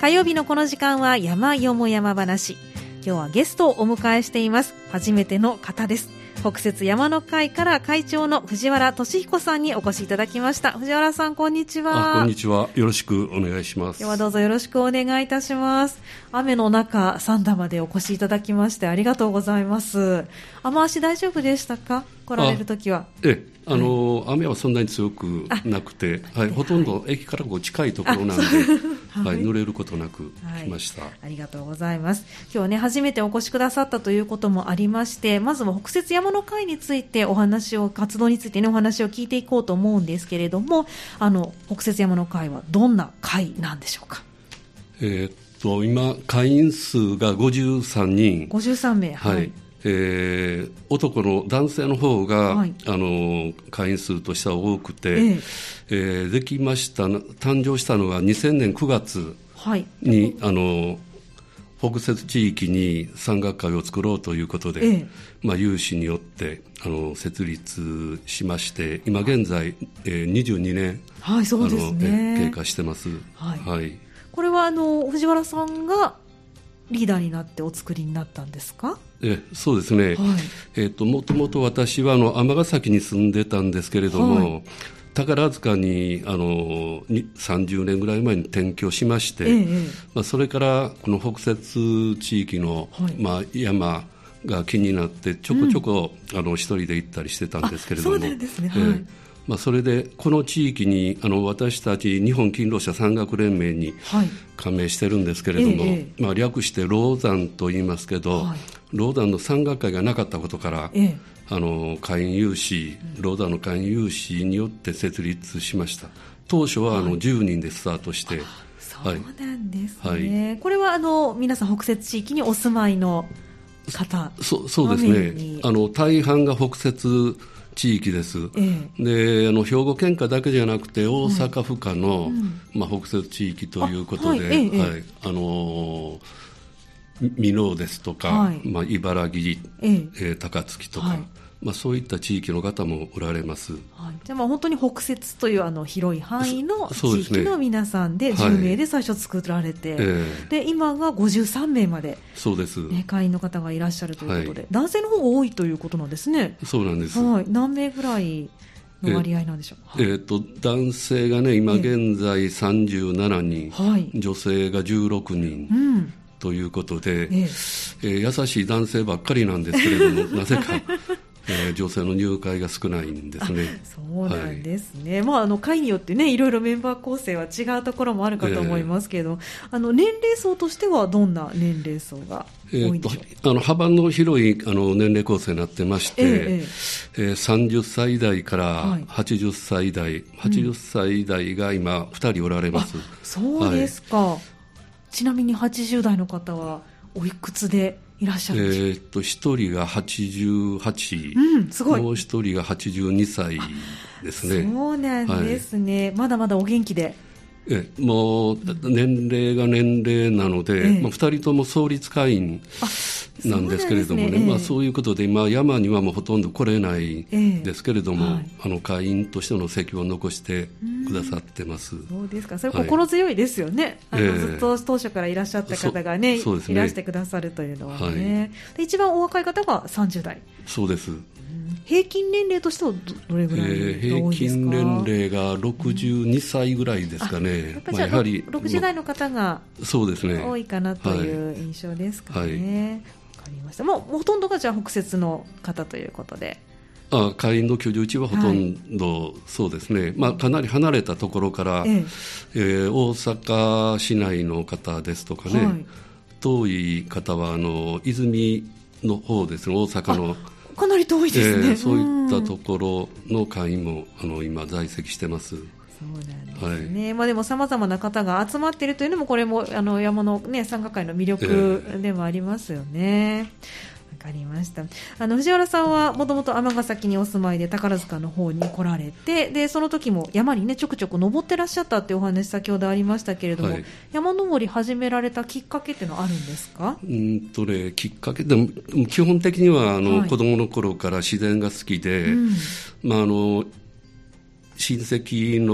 火曜日のこの時間は山よも山話。今日はゲストをお迎えしています。初めての方です。北摂山の会から会長の藤原俊彦さんにお越しいただきました。藤原さん、こんにちは。 こんにちは。よろしくお願いします。 今日はどうぞよろしくお願いいたします。雨の中、三田までお越しいただきましてありがとうございます。雨足大丈夫でしたか？来られるときは。 雨はそんなに強くなくて、ほとんど駅から近いところなんで、濡れることなく来ました。 ありがとうございます。今日はね、初めてお越しくださったということもありまして、まずは北摂山の会について活動についてね、お話を聞いていこうと思うんですけれども、北摂山の会はどんな会なんでしょうか？ 今、会員数が53人。 53名。 男性の方が、会員数としては多くて、できました誕生したのが2000年9月に、北摂地域に山岳会を作ろうということで、有志によって設立しまして、今現在、22年、経過してます。 これは藤原さんがリーダーになってお作りになったんですか？ そうですね、もともと私は尼崎に住んでたんですけれども、宝塚に30年ぐらい前に転居しまして、それからこの北摂地域の、山が気になってちょこちょこ、一人で行ったりしてたんですけれども、それでこの地域に私たち日本勤労者山岳連盟に加盟してるんですけれども、略してローザンと言いますけど、ローザンの山岳会がなかったことから、会員有志、ローザンの会員有志によって設立しました。当初は10人でスタートして。 そうなんですね。これは皆さん北摂地域にお住まいの方？ そうですね。大半が北摂地域です。で、兵庫県下だけじゃなくて大阪府下の、北摂地域ということで、箕面ですとか、茨城、高槻とか、そういった地域の方もおられます。 じゃあ本当に北摂という広い範囲の地域の皆さんで10名で最初作られて、で今が53名まで、会員の方がいらっしゃるということで、男性の方が多いということなんですね。 そうなんです。 何名ぐらいの割合なんでしょう？ 男性がね、今現在37人、女性が16人、ということで、優しい男性ばっかりなんですけれどもなぜか女性の入会が少ないんですね。 そうなんですね。会によってね、いろいろメンバー構成は違うところもあるかと思いますけど、年齢層としてはどんな年齢層が多いんでしょう？ 幅の広い年齢構成になってまして、30歳代から80歳代、80歳代が今2人おられます。 そうですか。ちなみに80代の方はおいくつでいらっしゃるんでしょう？ 1人が88、 すごい。 もう1人が82歳ですね。 そうなんですね。まだまだお元気で。 もう年齢が年齢なので、2人とも創立会員なんですけれどもね、そういうことで今山にはもうほとんど来れないですけれども、会員としての席を残してくださってます。 そうですか。それ心強いですよね。ずっと当初からいらっしゃった方がね、いらしてくださるというのはね。で一番お若い方が30代。 そうです。 平均年齢としてはどれぐらいが多いですか？ 平均年齢が62歳ぐらいですかね。 やはり60代の方が多いかなという印象ですかね。わかりました。もうほとんどがじゃあ北摂の方ということで。 会員の居住地はほとんどそうですね。かなり離れたところから、大阪市内の方ですとかね、遠い方は泉の方ですね、大阪の。 かなり遠いですね。 そういったところの会員も今在籍してます。 そうなんですね。でも様々な方が集まっているというのもこれも山のね山岳会の魅力でもありますよね。わかりました。藤原さんはもともと尼崎にお住まいで宝塚の方に来られて、でその時も山にねちょくちょく登ってらっしゃったっていうお話先ほどありましたけれども、山登り始められたきっかけっていうのはあるんですか？ きっかけでも基本的には子供の頃から自然が好きで、親戚の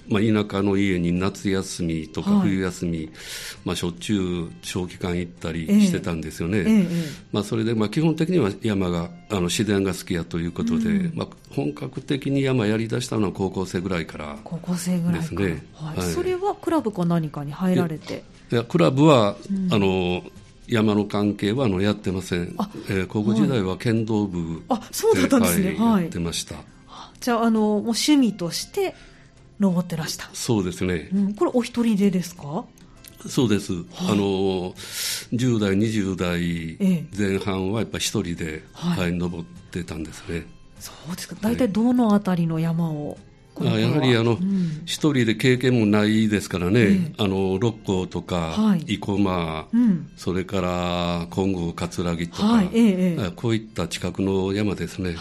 田舎の家に夏休みとか冬休み、しょっちゅう長期間行ったりしてたんですよね。それで基本的には山が自然が好きやということで、本格的に山やりだしたのは高校生ぐらいからですね。 それはクラブか何かに入られて？ いやクラブは、山の関係はやってません。高校時代は剣道部で、 そうだったんですね。 やってました。 じゃあ、もう趣味として登ってらした？ そうですね。 これお一人でですか？ そうです。10代20代前半はやっぱ一人で、登ってたんですね。 そうですか。大体どのあたりの山を？ やはり一人で経験もないですからね、六甲とか、生駒、それから金剛葛城とか、こういった近くの山ですね。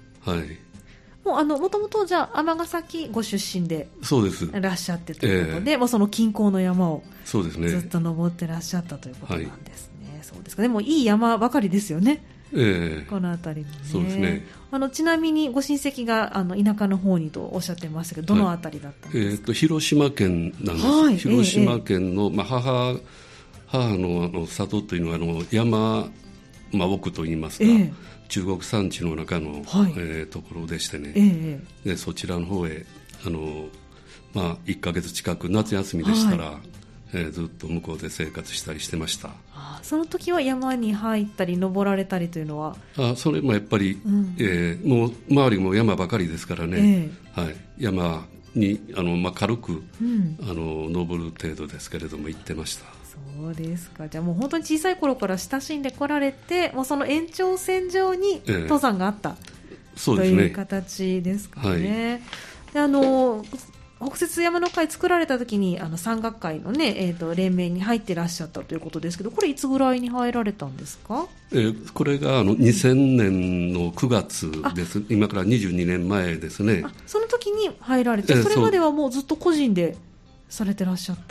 もともとじゃあ尼崎ご出身でいらっしゃってということで、その近郊の山をずっと登ってらっしゃったということなんですね。そうですか。でもいい山ばかりですよね。この辺りもね。 そうですね。 ちなみにご親戚が田舎の方にとおっしゃってましたけど、どの辺りだったんですか？ 広島県なんです。広島県の、母の里というのは山、奥といいますか、中国山地の中の、ところでしてね、でそちらの方へ1ヶ月近く夏休みでしたら、ずっと向こうで生活したりしてました。 その時は山に入ったり登られたりというのは？ それもやっぱり、もう周りも山ばかりですからね、山に軽く、登る程度ですけれども行ってました。 そうですか。じゃあもう本当に小さい頃から親しんでこられて、もうその延長線上に登山があった、という形ですかね。で北雪山の会作られた時に山岳会の、連盟に入ってらっしゃったということですけど、これいつぐらいに入られたんですか？ これが2000年の9月です。今から22年前ですね。 その時に入られて、それまではもうずっと個人でされてらっしゃった？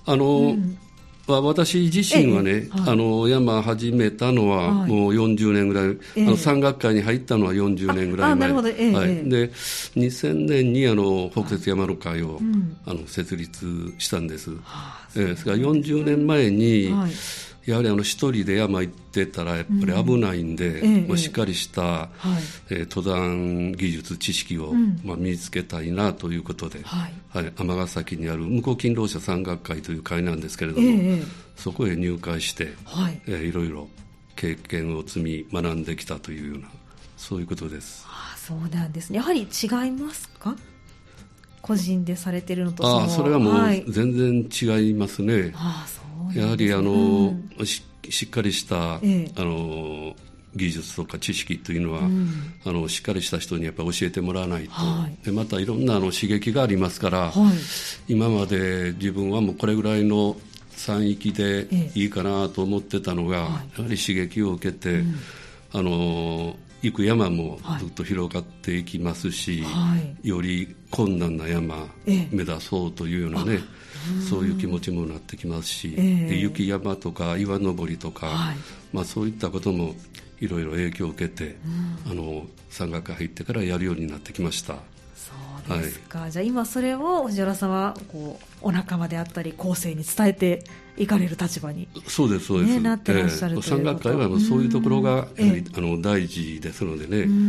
私自身はね、山始めたのはもう40年ぐらい、山岳会に入ったのは40年ぐらい前。で2000年に北雪山の会を、設立したんです。ですから40年前に、やはり一人で山行ってたらやっぱり危ないんで、しっかりした、登山技術知識を、身につけたいなということで、尼崎にある向こう勤労者山岳会という会なんですけれども、そこへ入会して、いろいろ経験を積み学んできたというようなそういうことです。 そうなんですね。やはり違いますか？個人でされているのとそれはもう全然違いますね。やはりしっかりした、技術とか知識というのは、しっかりした人にやっぱり教えてもらわないと、でまたいろんな刺激がありますから、今まで自分はもうこれぐらいの山域でいいかなと思ってたのが、やはり刺激を受けて、行く山もずっと広がっていきますし、より困難な山目指そうというようなね、そういう気持ちもなってきますし、で雪山とか岩登りとか、そういったこともいろいろ影響を受けて、山岳入ってからやるようになってきました。 そうですか。じゃあ今それを藤原さんはお仲間であったり後世に伝えていかれる立場に、 そうですそうです、 なってらっしゃるということ。 山岳会はそういうところがやはり、大事ですのでね。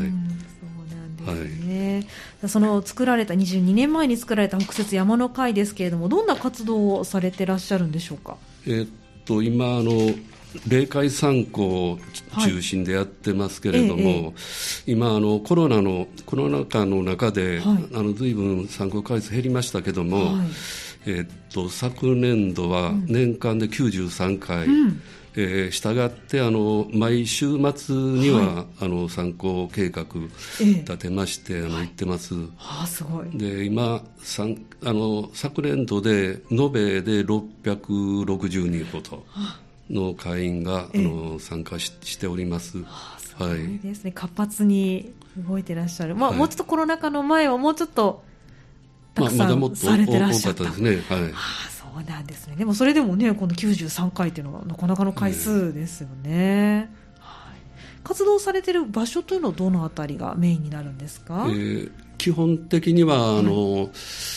その作られた22年前に作られた北雪山の会ですけれども、どんな活動をされてらっしゃるんでしょうか？ 今霊界参考を中心でやってますけれども、今コロナ禍の中で、随分参考回数減りましたけども、昨年度は年間で93回、したがって毎週末には、参考計画立てまして、行ってます。 すごい。 で今昨年度で延べで660人ほどの会員が、参加しております。すごいですね。活発に動いてらっしゃる。もうちょっとコロナ禍の前はもうちょっとたくさんされてらっしゃった。 まだもっと多かったですね。 そうなんですね。でもそれでもね、この93回っていうのはなかなかの回数ですよね。活動されている場所というのはどのあたりがメインになるんですか？ 基本的には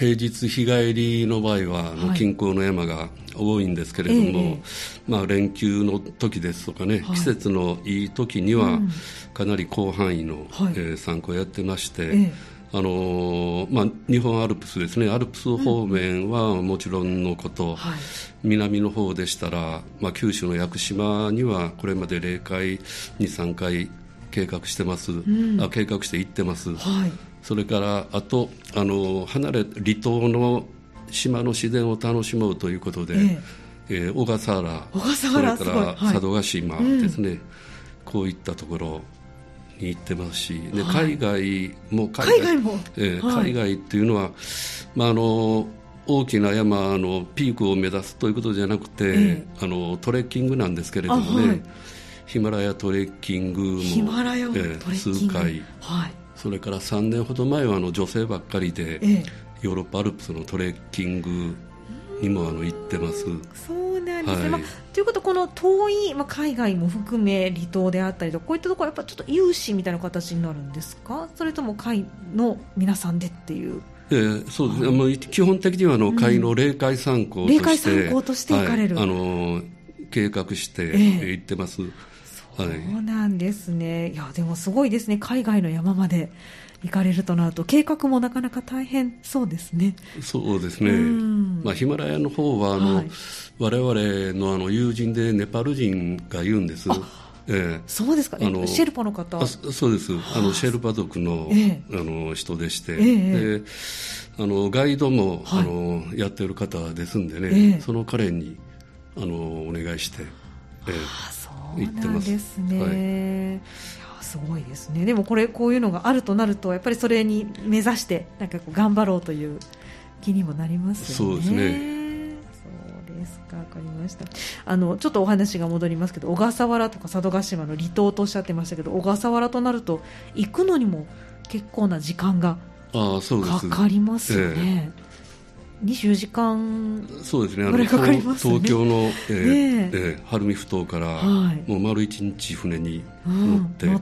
平日日帰りの場合は近郊の山が多いんですけれども、連休の時ですとかね、季節のいい時にはかなり広範囲の、参考をやってまして、日本アルプスですね、アルプス方面はもちろんのこと、南の方でしたら、九州の屋久島にはこれまで0回2、3回計画してます、計画して行ってます、それからあと離れ離島の島の自然を楽しもうということで、小笠原、それから佐渡島ですね、こういったところに行ってますし、海外も海外っていうのは、大きな山のピークを目指すということじゃなくて、トレッキングなんですけれどもね、ヒマラヤトレッキングも数回、それから3年ほど前は女性ばっかりで、ヨーロッパアルプスのトレッキングにも行ってます。 そうなんですね、ということはこの遠い、海外も含め離島であったりとか、こういったところはやっぱちょっと有志みたいな形になるんですか、それとも会の皆さんでっていう。 そうですね、基本的には会の霊界参考として、 行かれる、 計画して行ってます。 そうなんですね。いやでもすごいですね、海外の山まで行かれるとなると計画もなかなか大変そうですね。 そうですね、ヒマラヤの方は我々の友人でネパール人がいるんです。 そうですか、シェルパの方。 そうです、シェルパ族の、人でして、でガイドも、やってる方ですんでね、その彼にお願いして、 そうなんですね、すごいですね。でもこういうのがあるとなると、やっぱりそれに目指して頑張ろうという気にもなりますよね。 そうですね。 そうですか、わかりました。ちょっとお話が戻りますけど、小笠原とか佐渡島の離島とおっしゃってましたけど、小笠原となると行くのにも結構な時間がかかりますよね。20時間ぐらいかかりますね。 東京の、晴海ふ頭から、もう丸1日船に乗って、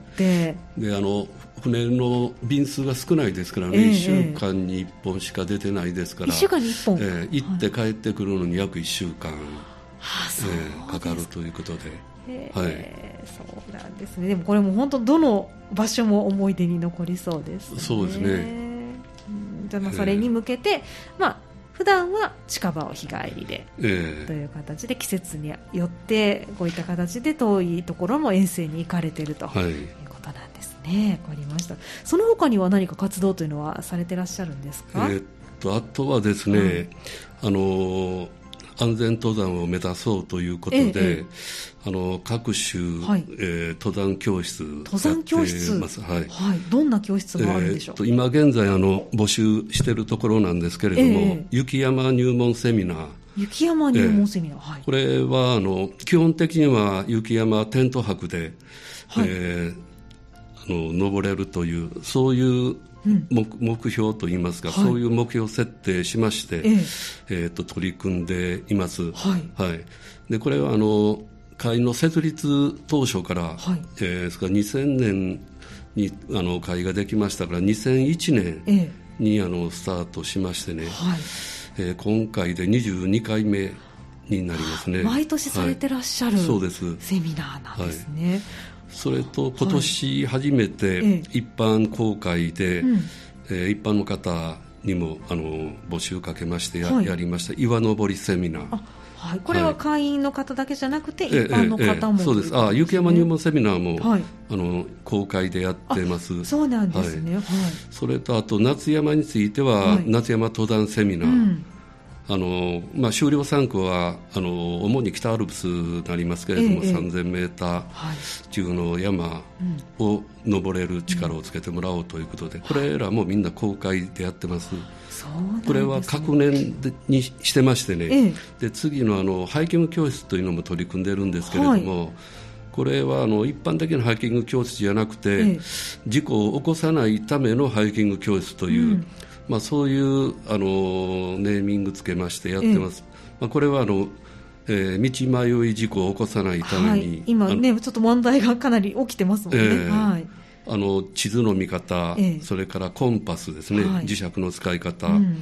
で船の便数が少ないですからね、1週間に1本しか出てないですから、 1週間に1本、 行って帰ってくるのに約1週間、かかるということで、そうなんですね。でもこれも本当どの場所も思い出に残りそうですね。 そうですね。 じゃあそれに向けて、普段は近場を日帰りで、という形で季節によってこういった形で遠いところも遠征に行かれているということなんですね。わかりました。その他には何か活動というのはされていらっしゃるんですか？ あとはですね、安全登山を目指そうということで、各種、登山教室やってます。 どんな教室があるんでしょう？ 今現在募集しているところなんですけれども、雪山入門セミナー。 雪山入門セミナー、 これは基本的には雪山テント泊で、登れるという、そういう目標といいますか、そういう目標設定しまして、取り組んでいます。でこれは会の設立当初から、2000年に会ができましたから、2001年にスタートしましてね、今回で22回目になりますね。 毎年されてらっしゃる、 そうです、 セミナーなんですね。 それと今年初めて一般公開で、一般の方にも募集かけまして やりました岩登りセミナー。 これは会員の方だけじゃなくて、一般の方も、 そうです。雪山入門セミナーも、公開でやってます。 そうなんですね。 それとあと夏山については、夏山登山セミナー、終了3区は主に北アルプスになりますけれども、3000メーター中の山を登れる力をつけてもらおうということで、これらもみんな公開でやってます。これは各年にしてましてね、で次のハイキング教室というのも取り組んでるんですけれども、これは一般的なハイキング教室じゃなくて、事故を起こさないためのハイキング教室という、そういうネーミングつけましてやってます。これは道迷い事故を起こさないために、 今ねちょっと問題がかなり起きてますもんね。 地図の見方、それからコンパスですね、磁石の使い方、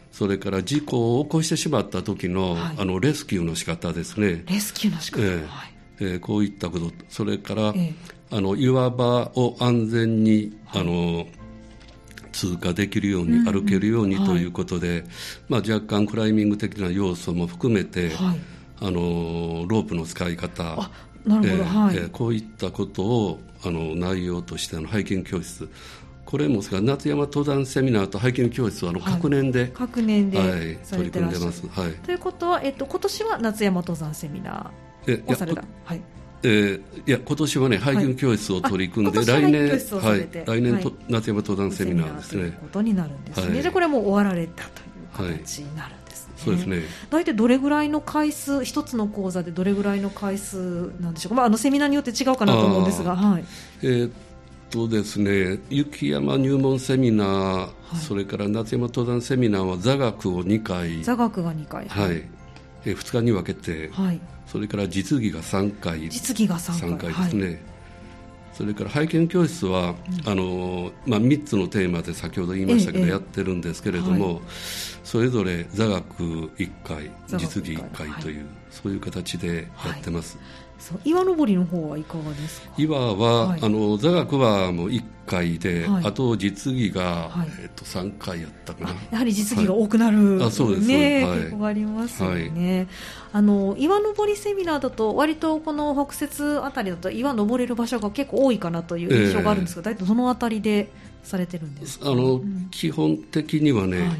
それから事故を起こしてしまった時の、レスキューの仕方ですね。 レスキューの仕方、 こういったこと、それから、岩場を安全に通過できるように、歩けるようにということで、若干クライミング的な要素も含めて、ロープの使い方、 なるほど、 こういったことを内容としてハイキング教室、これも夏山登山セミナーとハイキング教室は各年で、 各年で取り組んでます。 ということは、今年は夏山登山セミナーをされた。 今年はね、ハイキング教室を取り組んで、来年夏山登山セミナーですね。ということになるんですね。じゃあこれも終わられたという形になるんですね。 そうですね。 大体どれぐらいの回数、一つの講座でどれぐらいの回数なんでしょうか。セミナーによって違うかなと思うんですが、 ですね、雪山入門セミナー、それから夏山登山セミナーは座学を2回、 座学が2回、 2日に分けて、それから実技が3回、 実技が3回ですね。それからハイキング教室は、3つのテーマで先ほど言いましたけど、やってるんですけれども、それぞれ座学1回、実技1回という、そういう形でやってます。 岩登りの方はいかがですか。 岩は、座学はもう1回で、あと実技が、3回やったかな。 やはり実技が多くなる、 そうですね、結構ありますよね。岩登りセミナーだと割とこの北摂あたりだと岩登れる場所が結構多いかなという印象があるんですが、大体どのあたりでされてるんですか。 基本的にはね、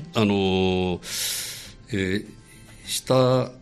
下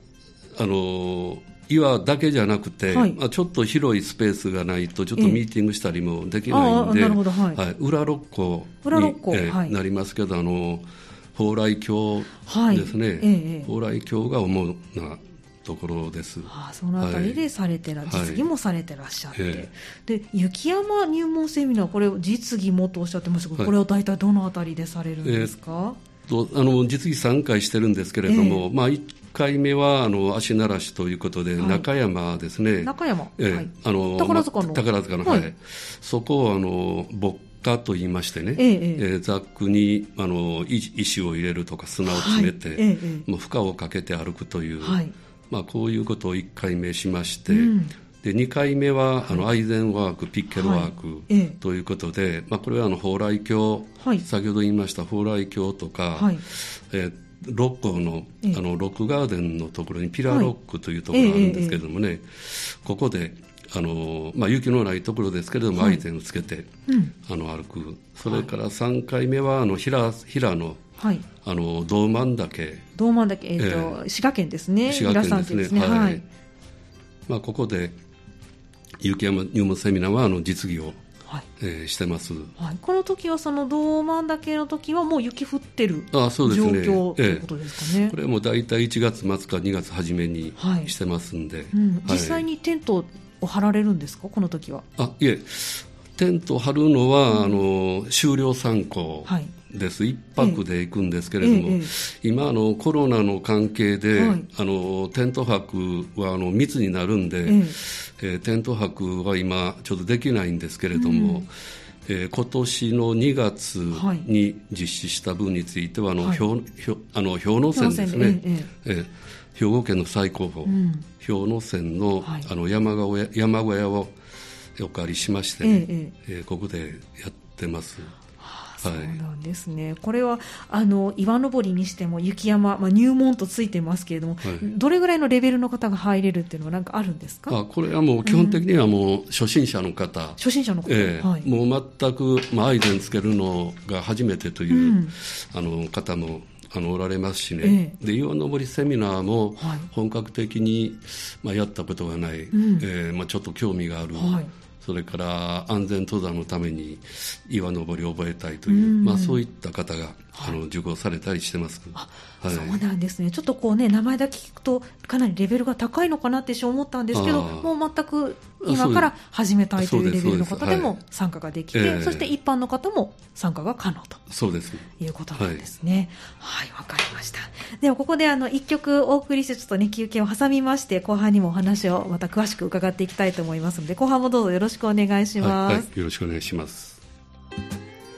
岩だけじゃなくて、ちょっと広いスペースがないとちょっとミーティングしたりもできないんで、裏六甲になりますけど、蓬莱峡ですね、蓬莱峡が主なところです。 そのあたりでされて実技もされてらっしゃって、で雪山入門セミナー、これ実技もとおっしゃってましたけど、これは大体どのあたりでされるんですか。 実技3回してるんですけれども、1回目は足慣らしということで、中山ですね。 中山、 宝塚の、そこを牧歌と言いましてね、ザックに石を入れるとか砂を詰めて、負荷をかけて歩くという、こういうことを1回目しまして、で2回目はアイゼンワーク、ピッケルワークということで、これは蓬莱峡、先ほど言いました蓬莱峡とか、六甲のロックガーデンのところにピラーロックというところがあるんですけれどもね、ここで雪のないところですけれども、アイゼンをつけて歩く。それから3回目は平野道満岳、 滋賀県ですね。 滋賀県ですね。ここで雪山入門セミナーは実技をしてます。 この時はその道満岳の時はもう雪降ってる状況ということですかね。 これはもう大体1月末か2月初めにしてますんで、 実際にテントを張られるんですか、この時は。 いえ、テントを張るのは、終了参考です。1泊で行くんですけれども、今コロナの関係で、テント泊は密になるんで、テント泊は今ちょっとできないんですけれども、今年の2月に実施した分については氷ノ山ですね、兵庫県の最高峰、氷ノ山の、山小屋をお借りしまして、ね、ここでやってます。 そうなんですね。これは岩登りにしても雪山、入門とついてますけれども、どれぐらいのレベルの方が入れるっていうのは何かあるんですか。これはもう基本的にはもう初心者の方、もう全く、アイゼンつけるのが初めてという、方もおられますしね、で岩登りセミナーも本格的に、やったことがない、ちょっと興味がある、それから安全登山のために岩登りを覚えたいという、そういった方が受講されたりしてます。 そうなんですね。ちょっと名前だけ聞くとかなりレベルが高いのかなって思ったんですけど、もう全く今から始めたいというレベルの方でも参加ができて、そして一般の方も参加が可能ということなんですね。わかりました。ではここで1曲お送りしてちょっとね休憩を挟みまして、後半にもお話をまた詳しく伺っていきたいと思いますので、後半もどうぞよろしくお願いします。 よろしくお願いします。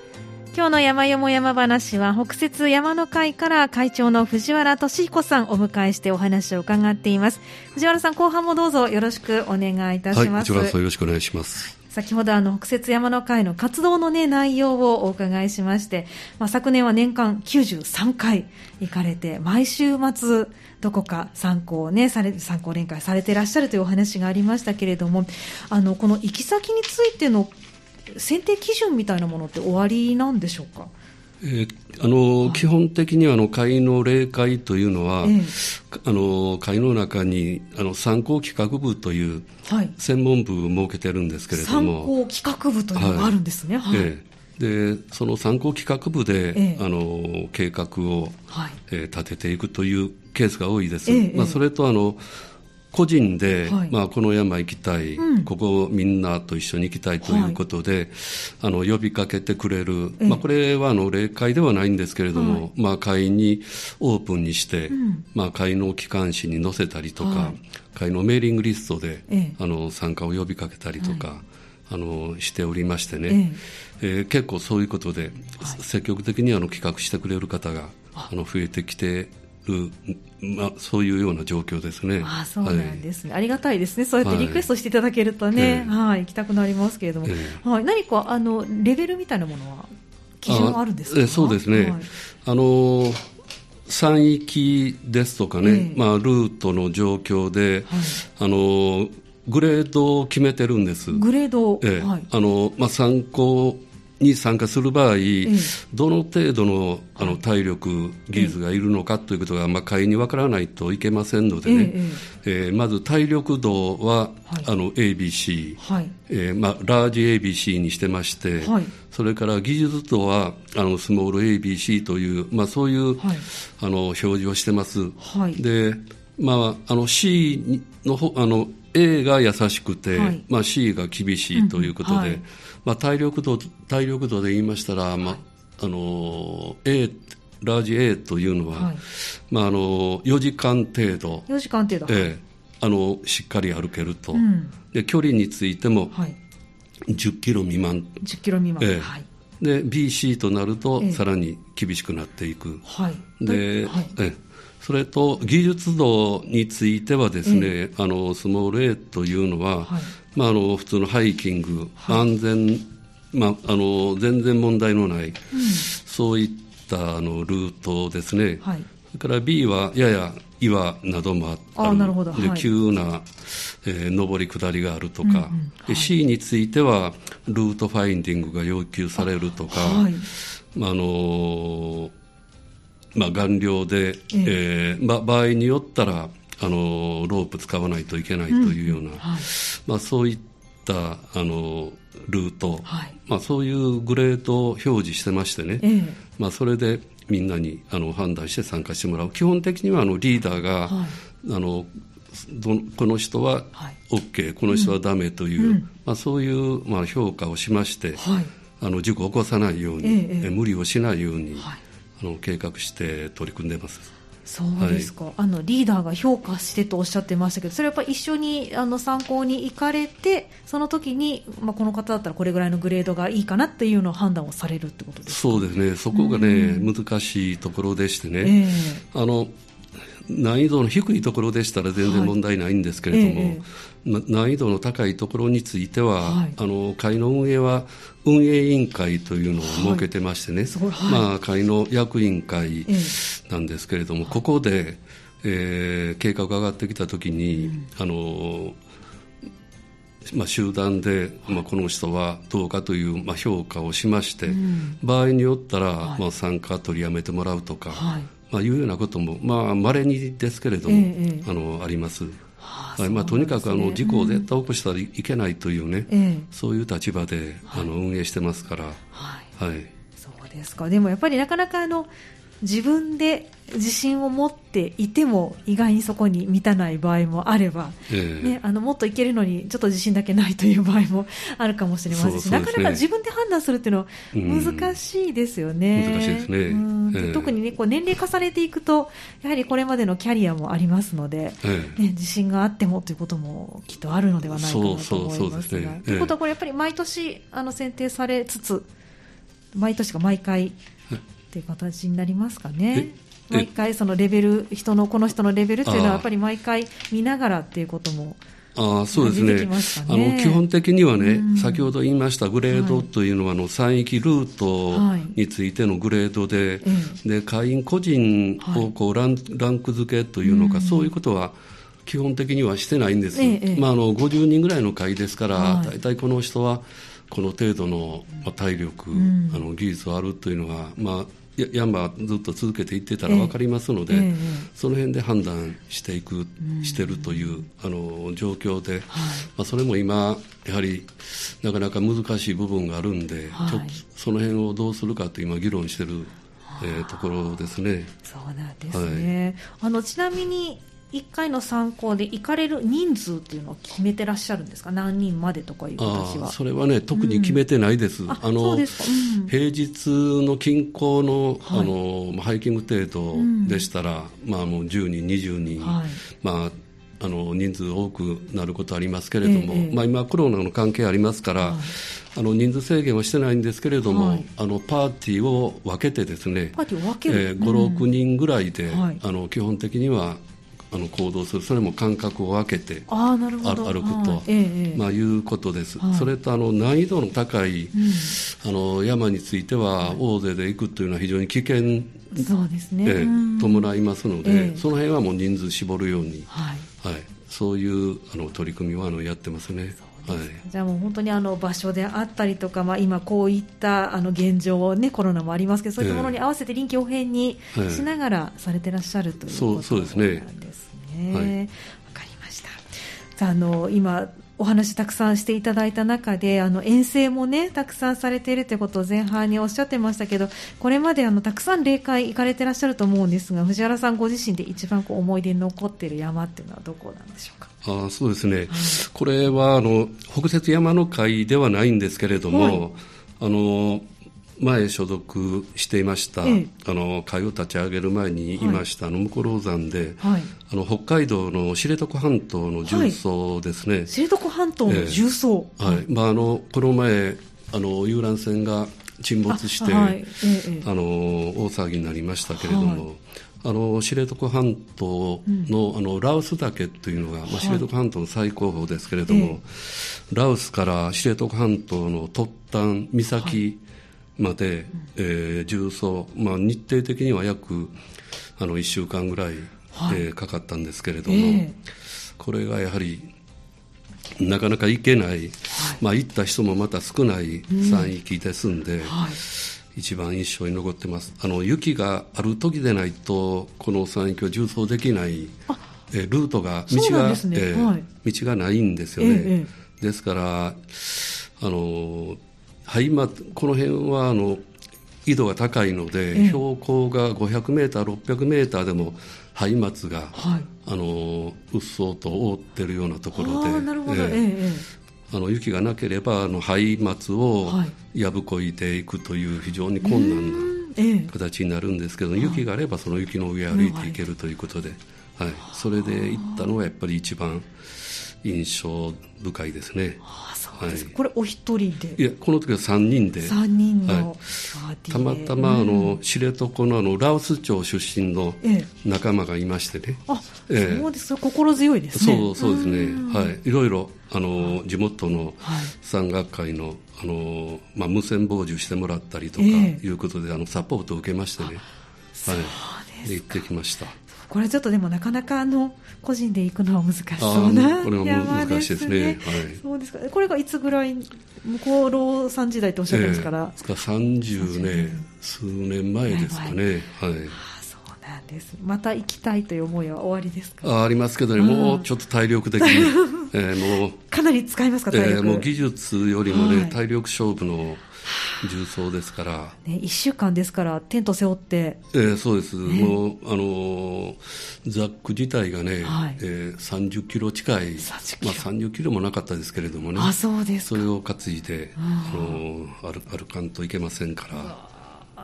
今日の山よも山話は北摂山の会から会長の藤原俊彦さんをお迎えしてお話を伺っています。藤原さん、後半もどうぞよろしくお願いいたします。 はい、こちらこそよろしくお願いします。 先ほど北摂山の会の活動の、内容をお伺いしまして、昨年は年間93回行かれて、毎週末どこか参考連会されていらっしゃるというお話がありましたけれども、この行き先についての選定基準みたいなものっておありなんでしょうか？ 基本的には会の例会というのは、会の中に参考企画部という専門部を設けてるんですけれども、 参考企画部というのがあるんですね。 でその参考企画部で、計画を、立てていくというケースが多いです。それと個人で、この山行きたい、ここみんなと一緒に行きたいということで、呼びかけてくれる、これは例会ではないんですけれども、会にオープンにして、会の機関誌に載せたりとか、会のメーリングリストで、参加を呼びかけたりとか、しておりましてね、結構そういうことで、積極的に企画してくれる方が増えてきてそういうような状況ですね。 そうなんですね。ありがたいですね。そうやってリクエストしていただけるとね、行きたくなりますけれども、何かレベルみたいなものは基準はあるんですか？ そうですね。山域ですとかね、ルートの状況で、グレードを決めてるんです。 グレード、 参考に参加する場合、どの程度の体力、技術がいるのかということが、会に分からないといけませんのでね、まず体力度は、ABC、ラージ ABC にしてまして、それから技術度はスモール ABC という、そういう、表示をしてます。で、C の方A が優しくて、C が厳しいということで、体力度で言いましたら、ラージ A というのは、4時間程度、しっかり歩けると、で距離についても、10キロ未満、で BC となると、さらに厳しくなっていく。でそれと技術度についてはですね、スモール A というのは、普通のハイキング、安全、全然問題のない、そういったルートですね。それから B はやや岩などもあるで急な、上り下りがあるとか、C についてはルートファインディングが要求されるとか、顔料で、場合によったらロープ使わないといけないというような、そういったルート、そういうグレードを表示してましてね、それでみんなに判断して参加してもらう。基本的にはリーダーが、この人は OK、この人はダメという、そういう、評価をしまして、事故を起こさないように、無理をしないように、計画して取り組んでいます。 そうですか。リーダーが評価してとおっしゃってましたけど、それはやっぱり一緒に参考に行かれて、その時に、この方だったらこれぐらいのグレードがいいかなっていうのを判断をされるってことですか？ そうですね。そこがね、難しいところでしてね、難易度の低いところでしたら全然問題ないんですけれども、難易度の高いところについては、会の運営は運営委員会というのを設けてましてね、会の役員会なんですけれども、ここで、計画が上がってきたときに、集団で、この人はどうかという、評価をしまして、場合によったら、参加取りやめてもらうとか、いうようなことも、稀にですけれども、あります。とにかく事故を絶対起こしたらいけないというね、そういう立場で運営してますから。 そうですか。でもやっぱりなかなか自分で自信を持っていても意外にそこに満たない場合もあれば、もっといけるのにちょっと自信だけないという場合もあるかもしれませんし、なかなか自分で判断するっていうのは難しいですよね。 難しいですね。 特にね、年齢重ねていくとやはりこれまでのキャリアもありますので、自信があってもということもきっとあるのではないかなと思いますが、ということはこれやっぱり毎年選定されつつ毎年か毎回っていう形になりますかね。毎回そのレベル、この人のレベルっていうのはやっぱり毎回見ながらっていうこともそうですね。基本的にはね、先ほど言いましたグレードというのは山域ルートについてのグレードで、で会員個人をランク付けというのか、そういうことは基本的にはしてないんです。50人ぐらいの会ですから、大体この人はこの程度の体力、技術があるというのが、山ずっと続けていってたら分かりますので、その辺で判断してるという状況で、それも今やはりなかなか難しい部分があるんで、ちょっとその辺をどうするかと今議論してるところですね。 そうなんですね。ちなみに1回の参考で行かれる人数っていうのを決めてらっしゃるんですか？何人までとかいう形は。それはね、特に決めてないです。 そうですか。 平日の近郊の、ハイキング程度でしたら、もう10人、20人、人数多くなることありますけれども、今コロナの関係ありますから、人数制限はしてないんですけれども、パーティーを分けてですね、5、6人ぐらいで、基本的には行動する、それも間隔を空けて歩くと、いうことです。それと難易度の高い、山については大勢で行くというのは非常に危険伴いますので、その辺はもう人数絞るように、そういう取り組みはやってますね。 じゃあもう本当に場所であったりとか、今こういった現状をね、コロナもありますけど、そういったものに合わせて臨機応変にしながらされてらっしゃるということなんですね。わかりました。じゃあ今お話たくさんしていただいた中で遠征もねたくさんされているということを前半におっしゃってましたけど、これまでたくさん霊界行かれてらっしゃると思うんですが、藤原さんご自身で一番思い出に残っている山っていうのはどこなんでしょうか？ そうですね、これは北雪山の会ではないんですけれども、前所属していました、会を立ち上げる前にいました、向こう山で、北海道の知床半島の重曹ですね。 知床半島の重曹、 この前遊覧船が沈没して、大騒ぎになりましたけれども、知床半島の羅臼岳というのが、知床半島の最高峰ですけれども、羅臼から知床半島の突端岬まで、重曹、日程的には約1週間ぐらい、かかったんですけれども、これがやはりなかなか行けない、行った人もまた少ない山域ですんで、一番印象に残ってます。雪がある時でないとこの山域を縦走できないルートが道がないんですよね。ですからこの辺は緯度が高いので、標高が500メーター600メーターでもハイマツが、うっそうと覆っているようなところで、雪がなければハイマツをやぶこいていくという非常に困難な形になるんですけど、雪があればその雪の上歩いていけるということで、それで行ったのはやっぱり一番印象深いですね。 そうですか。これお一人で？ いや、この時は3人で。 3人のたまたま知床の羅臼町出身の仲間がいましてね。 そうです。心強いですね。 そうですね。いろいろ地元の山岳会の無線傍受してもらったりとかいうことでサポートを受けましてね。で行ってきました。 これちょっとでもなかなか個人で行くのは難しそうなこれは難しいですね。 そうですか。これがいつぐらい、向こう老さん時代とおっしゃってますから、 30数年前ですかね。 そうなんです。また行きたいという思いはおありですか？ ありますけどね、もうちょっと体力的に、もうかなり使いますか、体力。 もう技術よりもね、体力勝負の重曹ですから、 1週間ですからテント背負って、 そうです、もうザック自体がね、30キロ近い、30キロもなかったですけれどもね、それを担いで歩かんといけませんから。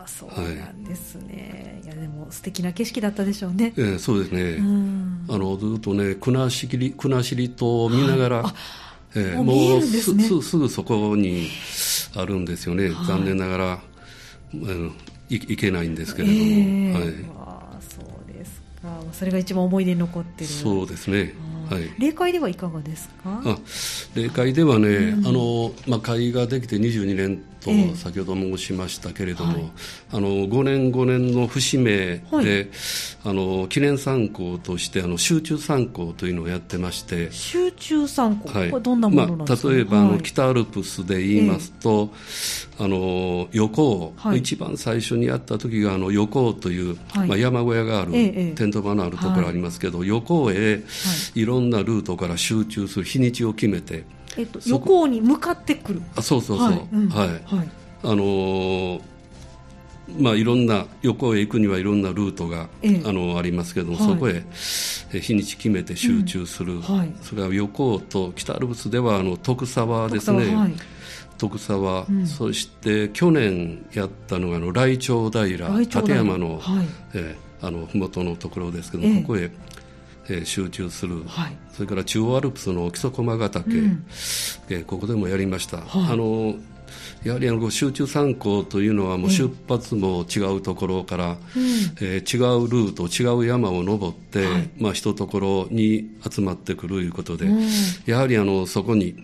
そうなんですね。いやでも素敵な景色だったでしょうね。 そうですね。ずっとね国後島を見ながら、もうすぐそこにあるんですよね。残念ながらいけないんですけれども、はい、 そうですか。それが一番思い出に残ってる。 そうですね。はい、 霊界ではいかがですか？ 霊界ではね、会ができて22年と先ほど申しましたけれども、5年の節目で、記念参考として集中参考というのをやってまして。 集中参考、これどんなものなんですか？ 例えば北アルプスで言いますと、横尾、一番最初にやった時が横尾という、山小屋がある、テント場のあるところありますけど、横尾へいろんなルートから集中する日にちを決めて、 横尾に向かってくる。 そうそうそう、いろんな横尾へ行くにはいろんなルートが、ありますけども、そこへ日にち決めて集中する、それは横尾と北アルプスでは徳沢ですね、徳沢、そして去年やったのが来鳥平、立山の、麓のところですけども、ここへ集中する、それから中央アルプスの木曽駒ヶ岳、ここでもやりました。やはり集中参考というのはもう出発も違うところから、違うルート、違う山を登って、一ところに集まってくるということで、やはりそこに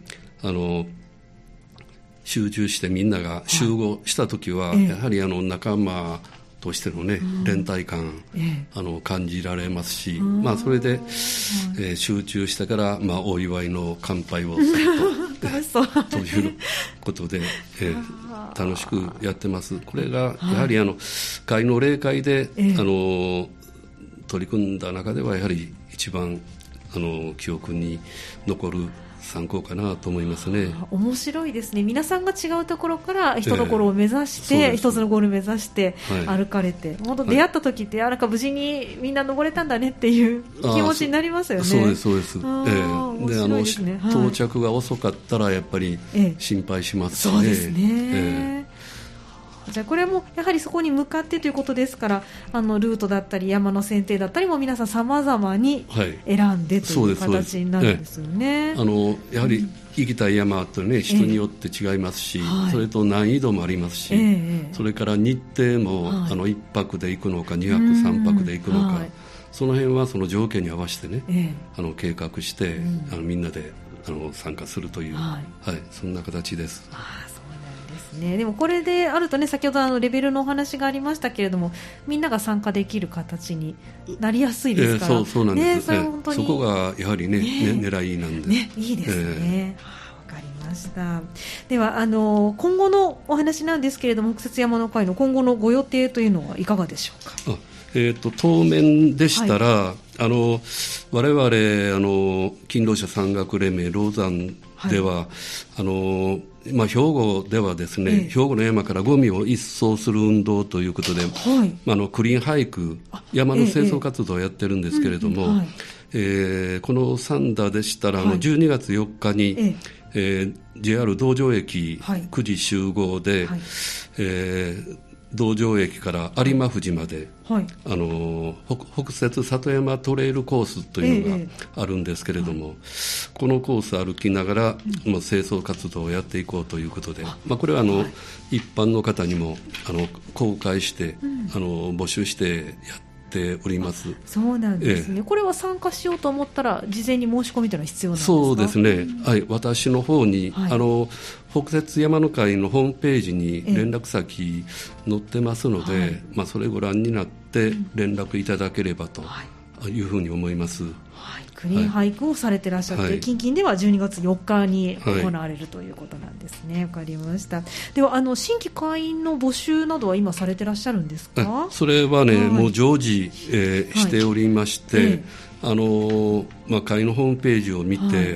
集中してみんなが集合したときは、やはり仲間としてのね、連帯感、感じられますし、それで、集中してから、お祝いの乾杯をするということで、楽しくやってます。これがやはり会の例会で、取り組んだ中ではやはり一番記憶に残る参考かなと思いますね。 面白いですね。皆さんが違うところから一ところを目指して、一つのゴールを目指して歩かれて、本当出会った時ってなんか無事にみんな登れたんだねっていう気持ちになりますよね。 そうですそうです。で到着が遅かったらやっぱり心配しますしね。 そうですね。じゃあこれもやはりそこに向かってということですから、ルートだったり山の選定だったりも皆さん様々に選んでという形になるんですよね。 やはり行きたい山とね、人によって違いますし、それと難易度もありますし、それから日程も1泊で行くのか2泊3泊で行くのか、その辺はその条件に合わせてね、計画して、みんなで参加するという、そんな形です。 でもこれであるとね、先ほどレベルのお話がありましたけれども、みんなが参加できる形になりやすいですから、 そうなんです、そこがやはりね、狙いなんで、 いいですね。わかりました。では今後のお話なんですけれども、北雪山の会の今後のご予定というのはいかがでしょうか？ 当面でしたら、我々勤労者山岳連盟ローザンでは、兵庫ではですね、兵庫の山からゴミを一掃する運動ということで、クリーンハイク、山の清掃活動をやってるんですけれども、この三田でしたら12月4日に、JR 道上駅9時集合で、道上駅から有馬富士まで、北雪里山トレイルコースというのがあるんですけれども、このコース歩きながら清掃活動をやっていこうということで、これは一般の方にも公開して、募集してやっております。 そうなんですね。これは参加しようと思ったら事前に申し込みというのは必要なんですか？ そうですね、私の方に、北雪山の会のホームページに連絡先載ってますので、それご覧になって連絡いただければというふうに思います。 クリーンハイクをされてらっしゃって、近々では12月4日に行われるということなんですね。わかりました。では新規会員の募集などは今されてらっしゃるんですか？ それはね、もう常時、しておりまして、会のホームページを見て、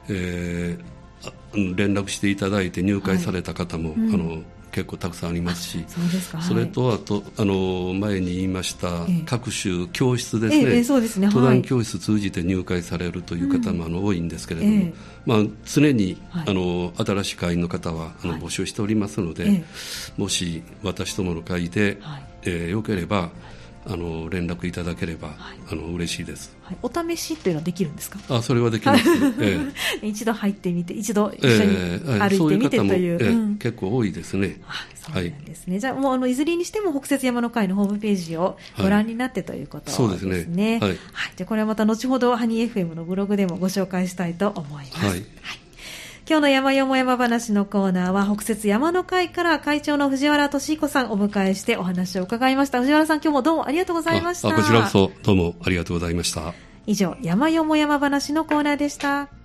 連絡していただいて入会された方も、結構たくさんありますし、それとあと前に言いました各種教室ですね、登山教室通じて入会されるという方も多いんですけれども、常に新しい会員の方は募集しておりますので、もし私どもの会でよければ連絡いただければ、嬉しいです、 はい、お試しというのはできるんですか？ それはできます、 一度入ってみて、一度一緒に歩いてみてという、 結構多いですね。 そうなんですね。じゃあもういずれにしても北雪山の会のホームページをご覧になってということですね。 そうですね。はい。 じゃあこれはまた後ほどハニー FM のブログでもご紹介したいと思います。はい。今日の山よも山話のコーナーは北雪山の会から会長の藤原俊彦さんをお迎えしてお話を伺いました。藤原さん、今日もどうもありがとうございました。 こちらこそどうもありがとうございました。 以上、山よも山話のコーナーでした。